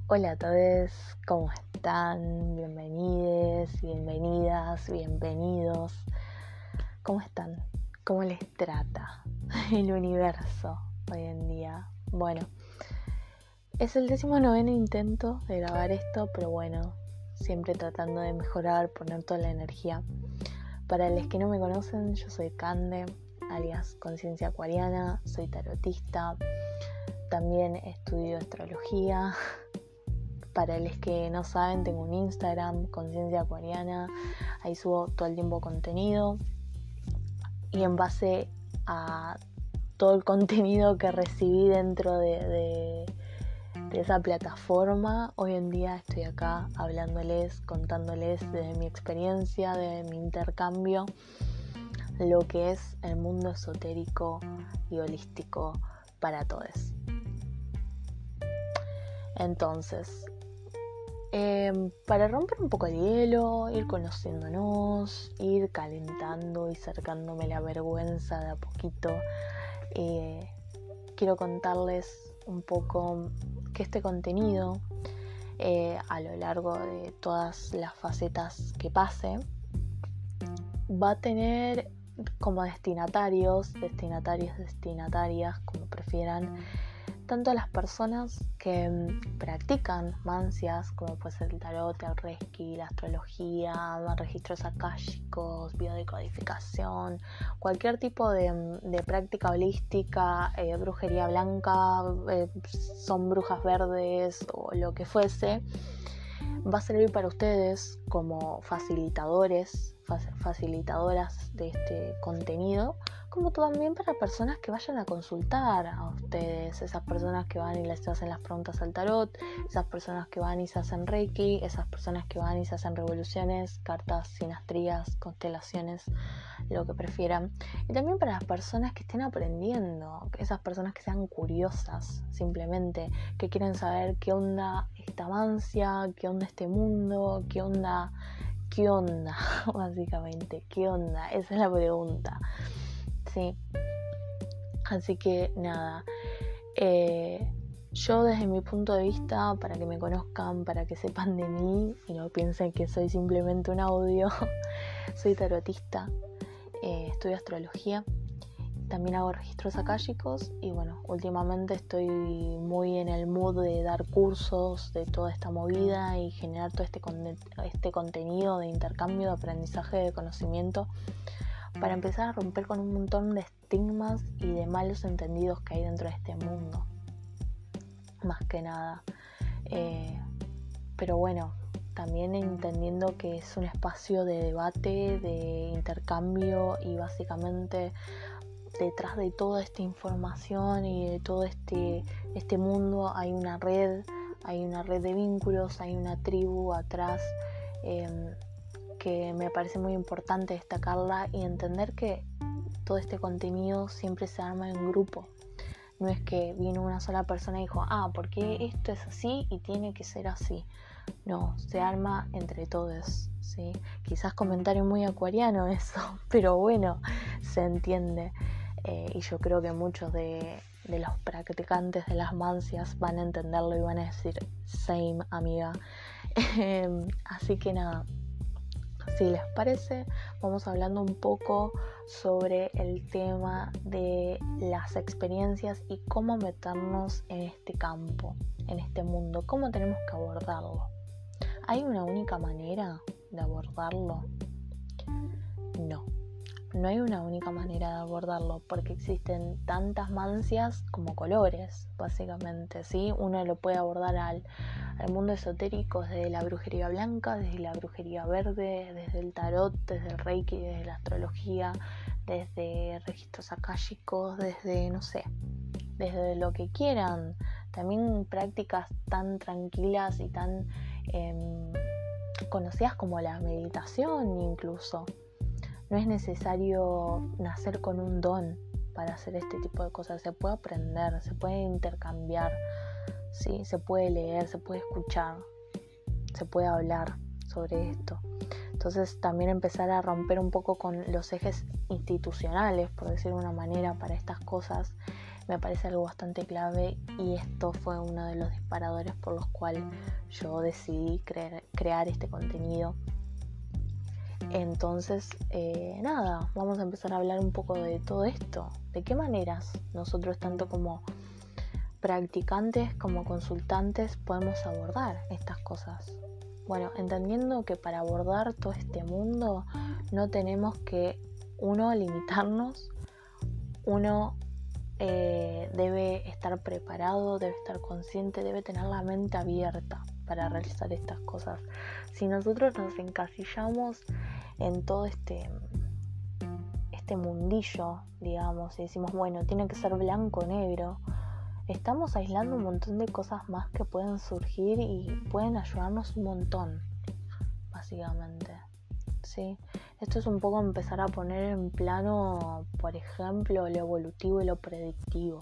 Hola a todos, ¿cómo están? Bienvenides, bienvenidas, bienvenidos. ¿Cómo están? ¿Cómo les trata el universo hoy en día? Bueno, es el 19º intento de grabar esto, pero bueno, siempre tratando de mejorar, poner toda la energía. Para los que no me conocen, yo soy Cande, alias Conciencia Acuariana, soy tarotista, también estudio astrología. Para los que no saben, tengo un Instagram, Conciencia Acuariana, ahí subo todo el tiempo contenido y en base a todo el contenido que recibí dentro de esa plataforma, hoy en día estoy acá hablándoles, contándoles de mi experiencia, de mi intercambio, lo que es el mundo esotérico y holístico para todos. Entonces, para romper un poco el hielo, ir conociéndonos, ir calentando y cercándome la vergüenza de a poquito, quiero contarles un poco que este contenido, a lo largo de todas las facetas que pase, va a tener como destinatarias, como prefieran, tanto a las personas que practican mancias, como puede ser el tarot, el reiki, la astrología, registros akáshicos, biodecodificación, cualquier tipo de práctica holística, brujería blanca, son brujas verdes o lo que fuese, va a servir para ustedes como facilitadoras de este contenido, como también para personas que vayan a consultar a ustedes, esas personas que van y les hacen las preguntas al tarot, esas personas que van y se hacen reiki, esas personas que van y se hacen revoluciones, cartas, sinastrías, constelaciones, lo que prefieran. Y también para las personas que estén aprendiendo, esas personas que sean curiosas, simplemente, que quieren saber qué onda esta mancia, qué onda este mundo, qué onda, básicamente, qué onda, esa es la pregunta. Sí, así que nada, yo desde mi punto de vista, para que me conozcan, para que sepan de mí y no piensen que soy simplemente un audio, soy tarotista, estudio astrología, también hago registros akáshicos y bueno, últimamente estoy muy en el mood de dar cursos de toda esta movida y generar todo este contenido de intercambio, de aprendizaje, de conocimiento, para empezar a romper con un montón de estigmas y de malos entendidos que hay dentro de este mundo, más que nada. Pero bueno, también entendiendo que es un espacio de debate, de intercambio, y básicamente detrás de toda esta información y de todo este mundo hay una red de vínculos, hay una tribu atrás, que me parece muy importante destacarla y entender que todo este contenido siempre se arma en grupo. No es que vino una sola persona y dijo, ¿por qué esto es así y tiene que ser así? No, se arma entre todos, ¿sí? Quizás comentario muy acuariano eso, pero bueno, se entiende. Y yo creo que muchos de los practicantes de las mancias van a entenderlo y van a decir, same, amiga. Así que nada, si les parece, vamos hablando un poco sobre el tema de las experiencias y cómo meternos en este campo, en este mundo, cómo tenemos que abordarlo. ¿Hay una única manera de abordarlo? No hay una única manera de abordarlo, porque existen tantas mancias como colores, básicamente, ¿sí? Uno lo puede abordar al mundo esotérico desde la brujería blanca, desde la brujería verde, desde el tarot, desde el reiki, desde la astrología, desde registros akáshicos, desde, no sé, desde lo que quieran. También prácticas tan tranquilas y tan conocidas como la meditación incluso. No es necesario nacer con un don para hacer este tipo de cosas. Se puede aprender, se puede intercambiar, ¿sí? Se puede leer, se puede escuchar, se puede hablar sobre esto. Entonces también empezar a romper un poco con los ejes institucionales, por decirlo de una manera, para estas cosas, me parece algo bastante clave, y esto fue uno de los disparadores por los cuales yo decidí crear este contenido. Entonces, nada, vamos a empezar a hablar un poco de todo esto. ¿De qué maneras nosotros, tanto como practicantes como consultantes, podemos abordar estas cosas? Bueno, entendiendo que para abordar todo este mundo no tenemos que, uno, limitarnos, uno debe estar preparado, debe estar consciente, debe tener la mente abierta para realizar estas cosas. Si nosotros nos encasillamos en todo este mundillo, digamos, y decimos, bueno, tiene que ser blanco o negro, estamos aislando un montón de cosas más que pueden surgir y pueden ayudarnos un montón, básicamente, ¿sí? Esto es un poco empezar a poner en plano, por ejemplo, lo evolutivo y lo predictivo.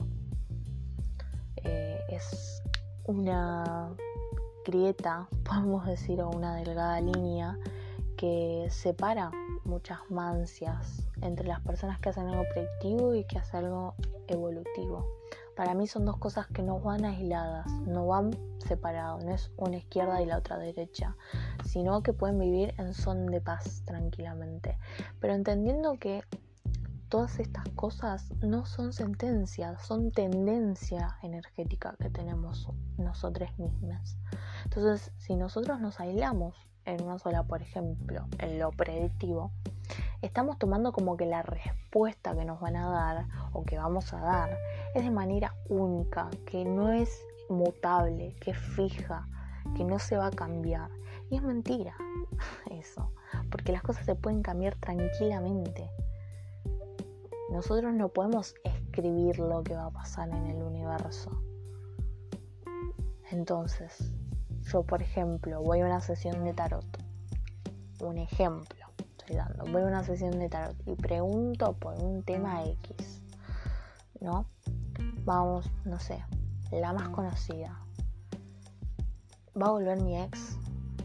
Es una grieta, podemos decir, o una delgada línea que separa muchas mancias entre las personas que hacen algo predictivo y que hacen algo evolutivo. Para mí son dos cosas que no van aisladas, no van separadas, no es una izquierda y la otra derecha, sino que pueden vivir en son de paz tranquilamente. Pero entendiendo que todas estas cosas no son sentencias, son tendencia energética que tenemos nosotros mismos. Entonces, si nosotros nos aislamos en una sola, por ejemplo, en lo predictivo, estamos tomando como que la respuesta que nos van a dar o que vamos a dar es de manera única, que no es mutable, que es fija, que no se va a cambiar. Y es mentira eso, porque las cosas se pueden cambiar tranquilamente. Nosotros no podemos escribir lo que va a pasar en el universo. Entonces, yo, por ejemplo, voy a una sesión de tarot. Un ejemplo estoy dando. Voy a una sesión de tarot y pregunto por un tema X, ¿no? Vamos, no sé, la más conocida. ¿Va a volver mi ex?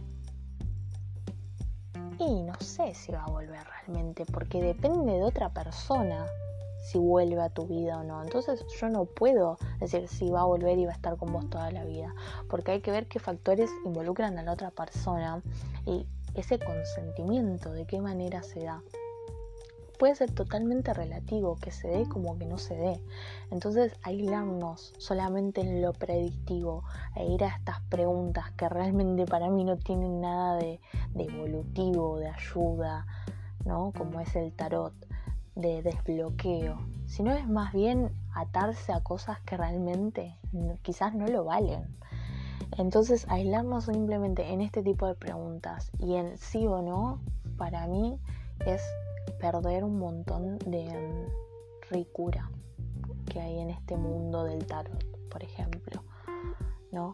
Y no sé si va a volver realmente, porque depende de otra persona si vuelve a tu vida o no. Entonces yo no puedo decir si va a volver y va a estar con vos toda la vida, porque hay que ver qué factores involucran a la otra persona y ese consentimiento, de qué manera se da. Puede ser totalmente relativo, que se dé como que no se dé. Entonces, aislarnos solamente en lo predictivo e ir a estas preguntas que realmente para mí no tienen nada de evolutivo, de ayuda, ¿no? Como es el tarot, de desbloqueo, sino es más bien atarse a cosas que realmente quizás no lo valen. Entonces, aislarnos simplemente en este tipo de preguntas y en sí o no, para mí es perder un montón de ricura que hay en este mundo del tarot, por ejemplo, ¿no?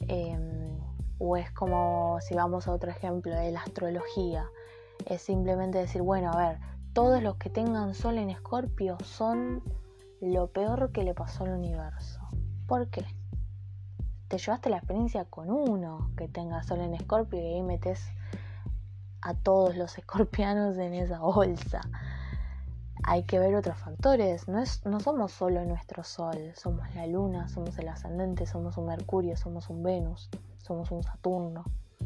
O es como, si vamos a otro ejemplo, de la astrología, es simplemente decir, bueno, a ver, todos los que tengan Sol en Escorpio son lo peor que le pasó al universo. ¿Por qué? Te llevaste la experiencia con uno que tenga Sol en Escorpio y ahí metes a todos los escorpianos en esa bolsa. Hay que ver otros factores. No somos solo nuestro Sol, somos la Luna, somos el ascendente, somos un Mercurio, somos un Venus, somos un Saturno,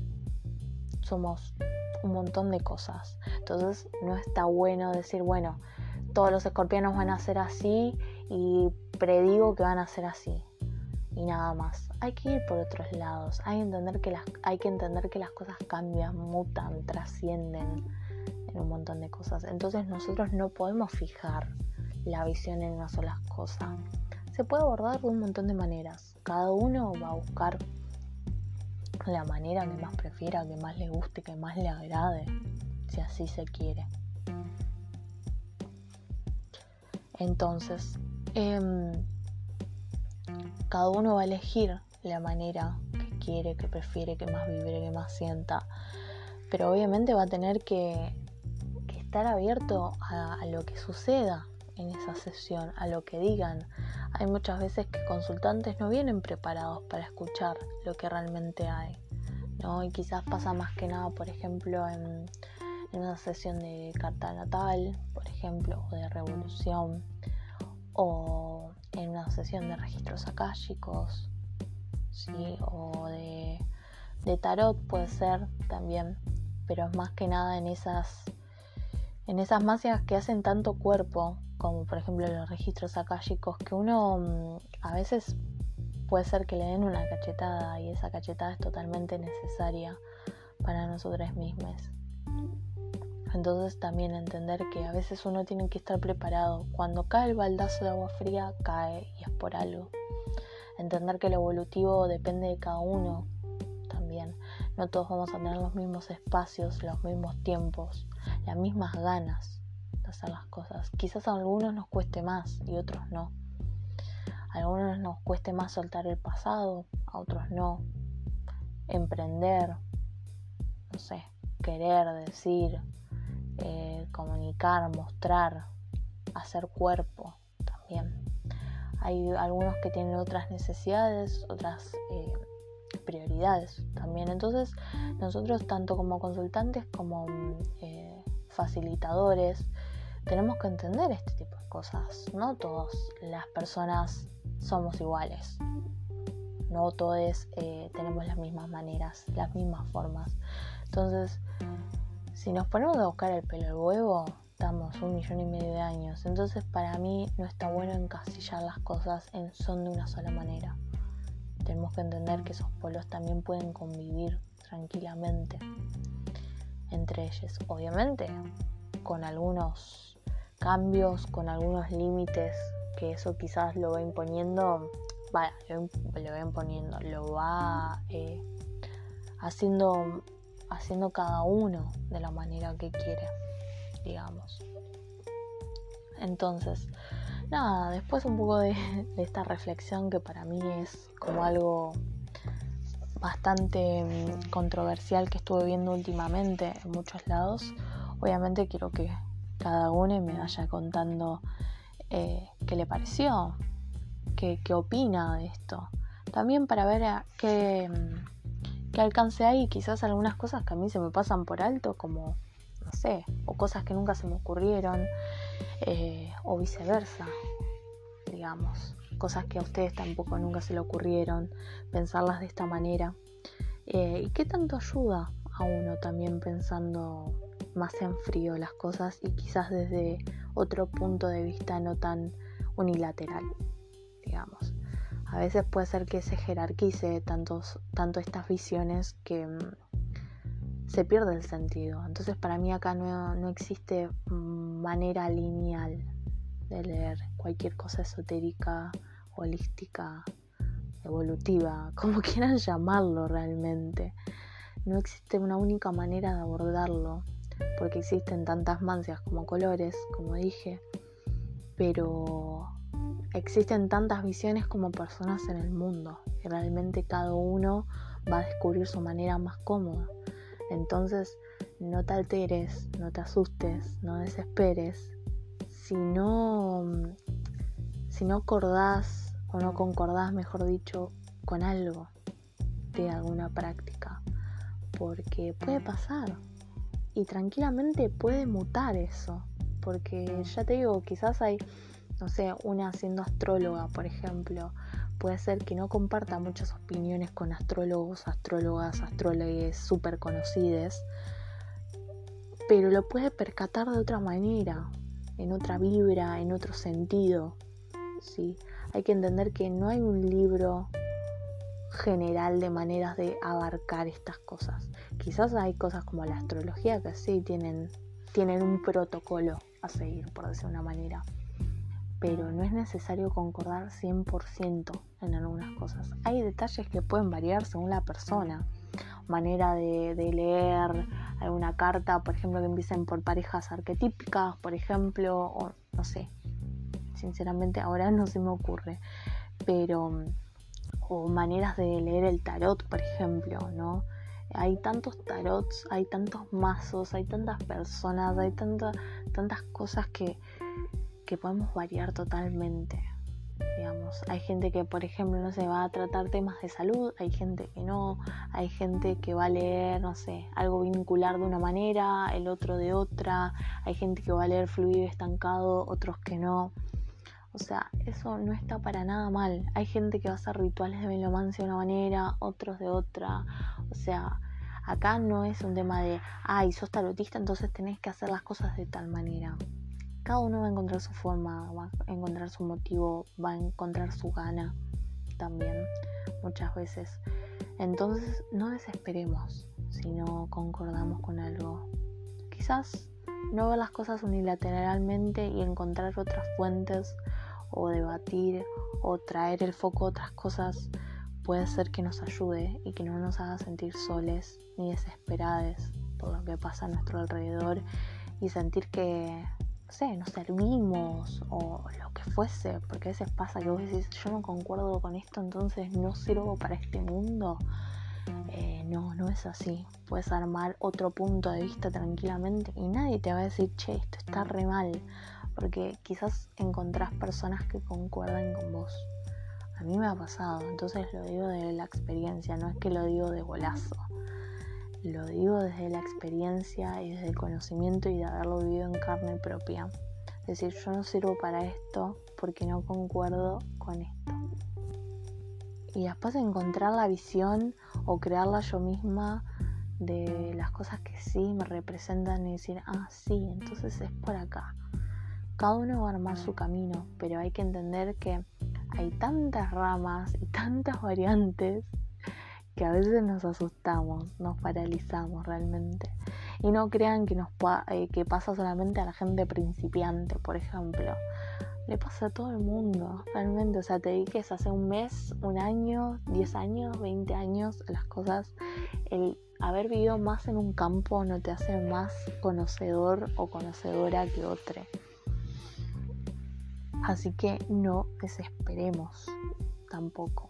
somos un montón de cosas. Entonces no está bueno decir, bueno, todos los escorpianos van a ser así y predigo que van a ser así y nada más. Hay que ir por otros lados, hay que entender que las cosas cambian, mutan, trascienden en un montón de cosas. Entonces nosotros no podemos fijar la visión en una sola cosa. Se puede abordar de un montón de maneras. Cada uno va a buscar la manera que más prefiera, que más le guste, que más le agrade, si así se quiere. Entonces, cada uno va a elegir la manera que quiere, que prefiere, que más vibre, que más sienta, pero obviamente va a tener que estar abierto a lo que suceda en esa sesión, a lo que digan. Hay muchas veces que consultantes no vienen preparados para escuchar lo que realmente hay, ¿no? Y quizás pasa más que nada, por ejemplo, en una sesión de carta natal, por ejemplo, o de revolución, o en una sesión de registros akáshicos, ¿sí? O de tarot puede ser también, pero es más que nada en esas magias que hacen tanto cuerpo, como por ejemplo los registros akáshicos, que uno a veces puede ser que le den una cachetada, y esa cachetada es totalmente necesaria para nosotros mismos. Entonces también entender que a veces uno tiene que estar preparado. Cuando cae el baldazo de agua fría, cae y es por algo. Entender que lo evolutivo depende de cada uno también. No todos vamos a tener los mismos espacios, los mismos tiempos, las mismas ganas de hacer las cosas. Quizás a algunos nos cueste más y otros no. A algunos nos cueste más soltar el pasado, a otros no. Emprender, no sé, querer, decir, comunicar, mostrar, hacer cuerpo también. Hay algunos que tienen otras necesidades, otras prioridades también. Entonces nosotros, tanto como consultantes como facilitadores, tenemos que entender este tipo de cosas. No todas las personas somos iguales, no todos tenemos las mismas maneras, las mismas formas. Entonces, si nos ponemos a buscar el pelo al huevo, estamos 1,5 millones de años. Entonces, para mí no está bueno encasillar las cosas en son de una sola manera. Tenemos que entender que esos polos también pueden convivir tranquilamente entre ellos. Obviamente, con algunos cambios, con algunos límites, que eso quizás lo va imponiendo, lo va haciendo cada uno de la manera que quiere, digamos. Entonces, nada, después un poco de esta reflexión que para mí es como algo bastante controversial que estuve viendo últimamente en muchos lados. Obviamente quiero que cada uno me vaya contando qué le pareció, qué opina de esto. También para ver qué alcance hay, quizás algunas cosas que a mí se me pasan por alto, como, no sé, o cosas que nunca se me ocurrieron, o viceversa, digamos, cosas que a ustedes tampoco nunca se le ocurrieron, pensarlas de esta manera, y qué tanto ayuda a uno también pensando más en frío las cosas y quizás desde otro punto de vista no tan unilateral, digamos. A veces puede ser que se jerarquice tanto estas visiones que se pierde el sentido. Entonces para mí acá no existe manera lineal de leer cualquier cosa esotérica, holística, evolutiva, como quieran llamarlo realmente. No existe una única manera de abordarlo, porque existen tantas mancias como colores, como dije, pero existen tantas visiones como personas en el mundo, y realmente cada uno va a descubrir su manera más cómoda. Entonces, no te alteres, no te asustes, no desesperes, si no acordás o no concordás, mejor dicho, con algo de alguna práctica, porque puede pasar y tranquilamente puede mutar eso, porque ya te digo, quizás hay, no sé, una siendo astróloga, por ejemplo, puede ser que no comparta muchas opiniones con astrólogos, astrólogas, astrólogues súper conocidos, pero lo puede percatar de otra manera, en otra vibra, en otro sentido, ¿sí? Hay que entender que no hay un libro general de maneras de abarcar estas cosas. Quizás hay cosas como la astrología que sí tienen un protocolo a seguir, por decir una manera, pero no es necesario concordar 100% en algunas cosas. Hay detalles que pueden variar según la persona, manera de leer alguna carta, por ejemplo, que empiecen por parejas arquetípicas, por ejemplo, o no sé, sinceramente ahora no se me ocurre, pero o maneras de leer el tarot, por ejemplo, ¿no? Hay tantos tarots, hay tantos mazos, hay tantas personas, hay tantas cosas que podemos variar totalmente, digamos. Hay gente que, por ejemplo, no sé, va a tratar temas de salud, hay gente que no, hay gente que va a leer, no sé, algo vincular de una manera, el otro de otra, hay gente que va a leer fluido y estancado, otros que no. O sea, eso no está para nada mal. Hay gente que va a hacer rituales de melomancia de una manera, otros de otra. O sea, acá no es un tema de, sos tarotista, entonces tenés que hacer las cosas de tal manera. Cada uno va a encontrar su forma, va a encontrar su motivo, va a encontrar su gana también, muchas veces. Entonces, no desesperemos si no concordamos con algo. Quizás no ver las cosas unilateralmente y encontrar otras fuentes o debatir o traer el foco a otras cosas puede ser que nos ayude y que no nos haga sentir soles ni desesperados por lo que pasa a nuestro alrededor y sentir que, no sé, nos servimos o lo que fuese, porque a veces pasa que vos decís, yo no concuerdo con esto, entonces no sirvo para este mundo. No es así. Puedes armar otro punto de vista tranquilamente y nadie te va a decir, che, esto está re mal, porque quizás encontrás personas que concuerdan con vos. A mí me ha pasado, entonces lo digo desde la experiencia, no es que lo digo de golazo, lo digo desde la experiencia y desde el conocimiento y de haberlo vivido en carne propia. Es decir, yo no sirvo para esto porque no concuerdo con esto. Y después encontrar la visión o crearla yo misma de las cosas que sí me representan y decir, sí, entonces es por acá. Cada uno va a armar su camino, pero hay que entender que hay tantas ramas y tantas variantes que a veces nos asustamos, nos paralizamos realmente. Y no crean que que pasa solamente a la gente principiante, por ejemplo. Le pasa a todo el mundo, realmente. O sea, te dediques hace un mes, un año, 10 años, 20 años, las cosas. El haber vivido más en un campo no te hace más conocedor o conocedora que otro. Así que no desesperemos tampoco.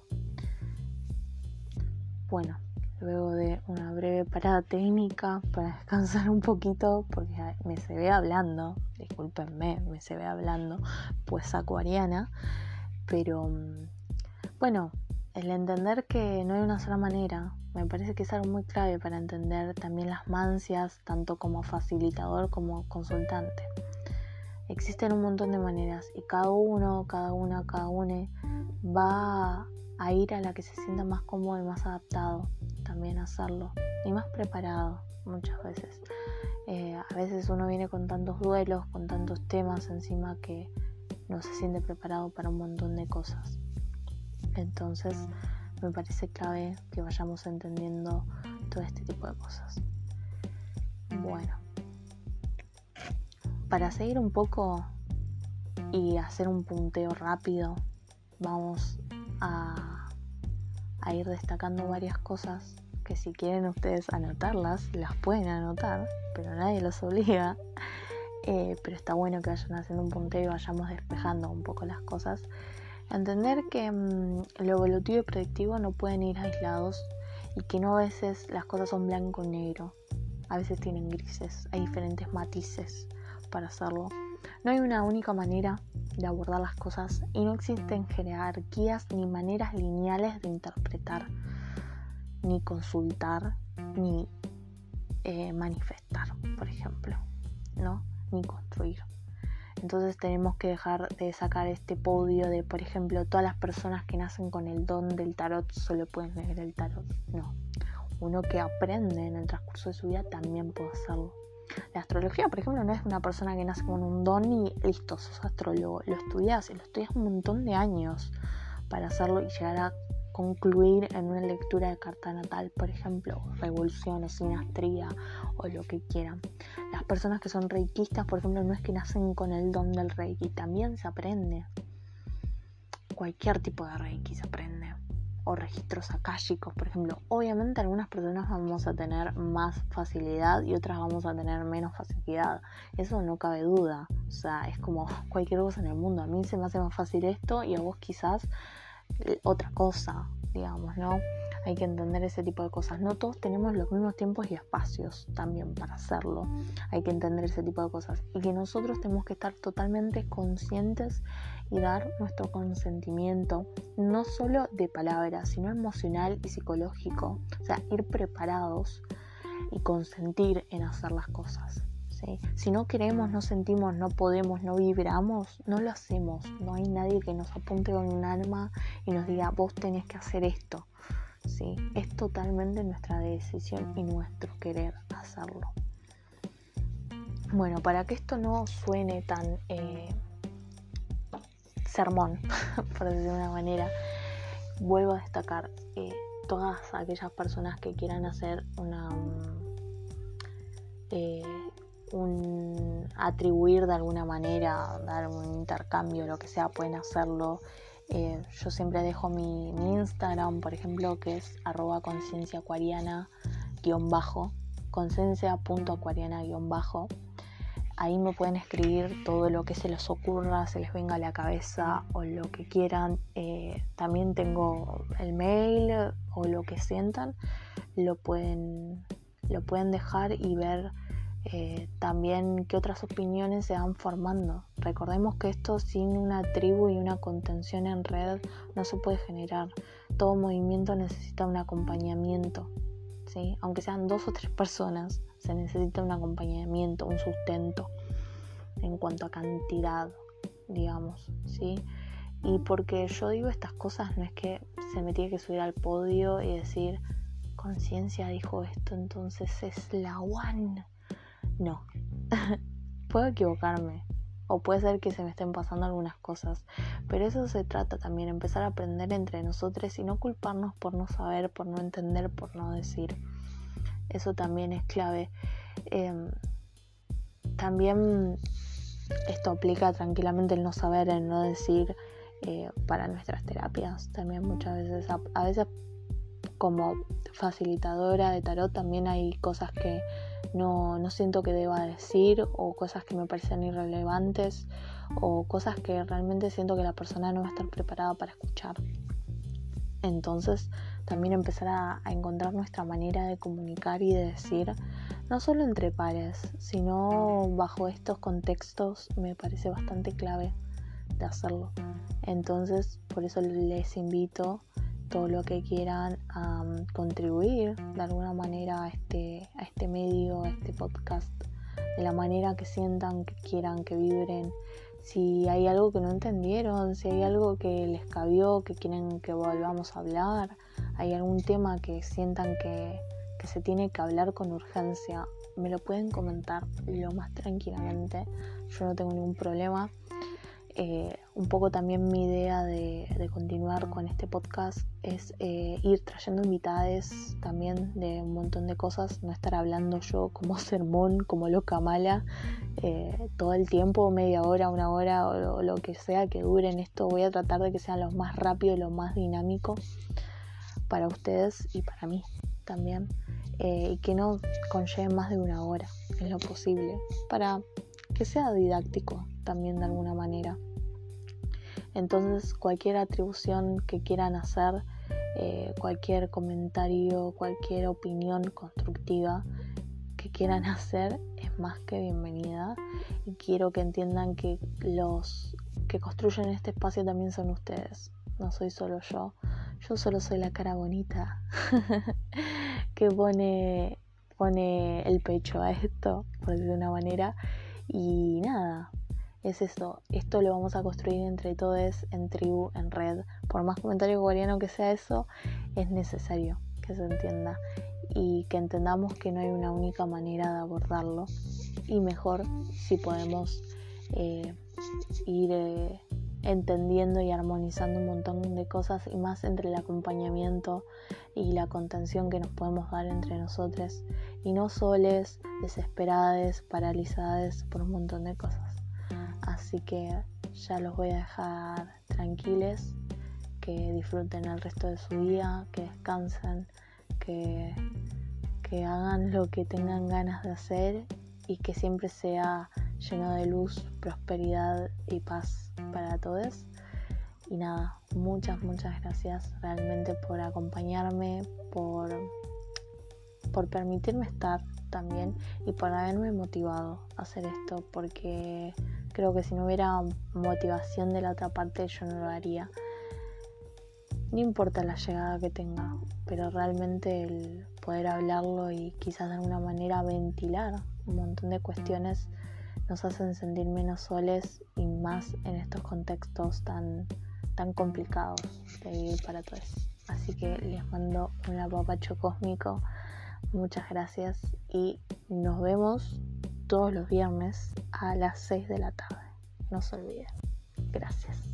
Bueno, luego de una breve parada técnica para descansar un poquito, porque me se ve hablando, discúlpenme, me se ve hablando, pues acuariana, pero bueno, el entender que no hay una sola manera, me parece que es algo muy clave para entender también las mancias, tanto como facilitador como consultante. Existen un montón de maneras y cada una va a ir a la que se sienta más cómodo y más adaptado también a hacerlo y más preparado muchas veces. A veces uno viene con tantos duelos, con tantos temas encima que no se siente preparado para un montón de cosas. Entonces me parece clave que vayamos entendiendo todo este tipo de cosas. Bueno, para seguir un poco y hacer un punteo rápido, vamos a ir destacando varias cosas que si quieren ustedes anotarlas, las pueden anotar, pero nadie los obliga. Pero está bueno que vayan haciendo un punteo y vayamos despejando un poco las cosas. Entender que lo evolutivo y predictivo no pueden ir aislados y que no a veces las cosas son blanco y negro. A veces tienen grises, hay diferentes matices para hacerlo. No hay una única manera de abordar las cosas y no existen jerarquías ni maneras lineales de interpretar, ni consultar, ni manifestar, por ejemplo, ¿no? Ni construir. Entonces tenemos que dejar de sacar este podio de, por ejemplo, todas las personas que nacen con el don del tarot solo pueden leer el tarot. No. Uno que aprende en el transcurso de su vida también puede hacerlo. La astrología, por ejemplo, no es una persona que nace con un don y listo, sos astrólogo. Lo estudias un montón de años para hacerlo y llegar a concluir en una lectura de carta natal, por ejemplo, revolución o sinastría o lo que quieran. Las personas que son reikistas, por ejemplo, no es que nacen con el don del reiki, también se aprende. Cualquier tipo de reiki se aprende. O registros akáshicos, por ejemplo. Obviamente algunas personas vamos a tener más facilidad y otras vamos a tener menos facilidad. Eso no cabe duda. O sea, es como cualquier cosa en el mundo. A mí se me hace más fácil esto y a vos quizás otra cosa, digamos, ¿no? Hay que entender ese tipo de cosas. No todos tenemos los mismos tiempos y espacios también para hacerlo. Hay que entender ese tipo de cosas. Y que nosotros tenemos que estar totalmente conscientes y dar nuestro consentimiento, no solo de palabras, sino emocional y psicológico. O sea, ir preparados y consentir en hacer las cosas, ¿sí? Si no queremos, no sentimos, no podemos, no vibramos, no lo hacemos. No hay nadie que nos apunte con un arma y nos diga, vos tenés que hacer esto, ¿sí? Es totalmente nuestra decisión y nuestro querer hacerlo. Bueno, para que esto no suene tan sermón, por decirlo de una manera, vuelvo a destacar todas aquellas personas que quieran hacer atribuir de alguna manera, dar un intercambio, lo que sea, pueden hacerlo. Yo siempre dejo mi Instagram, por ejemplo, que es @concienciaacuariana_, conciencia.acuariana_. Ahí me pueden escribir todo lo que se les ocurra, se les venga a la cabeza o lo que quieran. También tengo el mail o lo que sientan, lo pueden dejar y ver también qué otras opiniones se van formando. Recordemos que esto sin una tribu y una contención en red no se puede generar. Todo movimiento necesita un acompañamiento, ¿sí? Aunque sean 2 o 3 personas, se necesita un acompañamiento, un sustento en cuanto a cantidad, digamos, ¿sí? Y porque yo digo estas cosas, no es que se me tiene que subir al podio y decir, Conciencia dijo esto, entonces es la one. No, puedo equivocarme o puede ser que se me estén pasando algunas cosas, pero eso se trata también, empezar a aprender entre nosotros y no culparnos por no saber, por no entender, por no decir. Eso también es clave. También esto aplica tranquilamente el no saber, el no decir para nuestras terapias. También muchas veces, a veces como facilitadora de tarot también hay cosas que no siento que deba decir, o cosas que me parecen irrelevantes, o cosas que realmente siento que la persona no va a estar preparada para escuchar. Entonces también empezar a encontrar nuestra manera de comunicar y de decir, no solo entre pares, sino bajo estos contextos, me parece bastante clave de hacerlo. Entonces por eso les invito todo lo que quieran a contribuir de alguna manera a este medio, a este podcast, de la manera que sientan, que quieran, que vibren. Si hay algo que no entendieron, si hay algo que les cabió, que quieren que volvamos a hablar, hay algún tema que sientan que se tiene que hablar con urgencia, me lo pueden comentar lo más tranquilamente, yo no tengo ningún problema. Un poco también mi idea de continuar con este podcast es ir trayendo invitades también de un montón de cosas, no estar hablando yo como sermón, como loca mala todo el tiempo, media hora, 1 hora o lo que sea que dure en esto. Voy a tratar de que sea lo más rápido y lo más dinámico para ustedes y para mí también, y que no conlleve más de 1 hora en lo posible, para que sea didáctico también de alguna manera. Entonces cualquier atribución que quieran hacer, cualquier comentario, cualquier opinión constructiva que quieran hacer es más que bienvenida, y quiero que entiendan que los que construyen este espacio también son ustedes, no soy solo yo solo soy la cara bonita que pone el pecho a esto, por decirlo de una manera. Y nada, es eso, esto lo vamos a construir entre todos, en tribu, en red. Por más comentario acuariano que sea eso, es necesario que se entienda y que entendamos que no hay una única manera de abordarlo, y mejor si podemos ir entendiendo y armonizando un montón de cosas, y más entre el acompañamiento y la contención que nos podemos dar entre nosotros, y no soles, desesperadas, paralizadas por un montón de cosas. Así que ya los voy a dejar tranquiles, que disfruten el resto de su día, que descansen, que hagan lo que tengan ganas de hacer, y que siempre sea lleno de luz, prosperidad y paz para todos. Y nada, muchas gracias realmente por acompañarme, por permitirme estar también, y por haberme motivado a hacer esto, porque creo que si no hubiera motivación de la otra parte yo no lo haría. No importa la llegada que tenga, pero realmente el poder hablarlo y quizás de alguna manera ventilar un montón de cuestiones nos hacen sentir menos soles y más en estos contextos tan complicados de vivir para todos. Así que les mando un apapacho cósmico, muchas gracias y nos vemos todos los viernes a las 6 de la tarde. No se olviden. Gracias.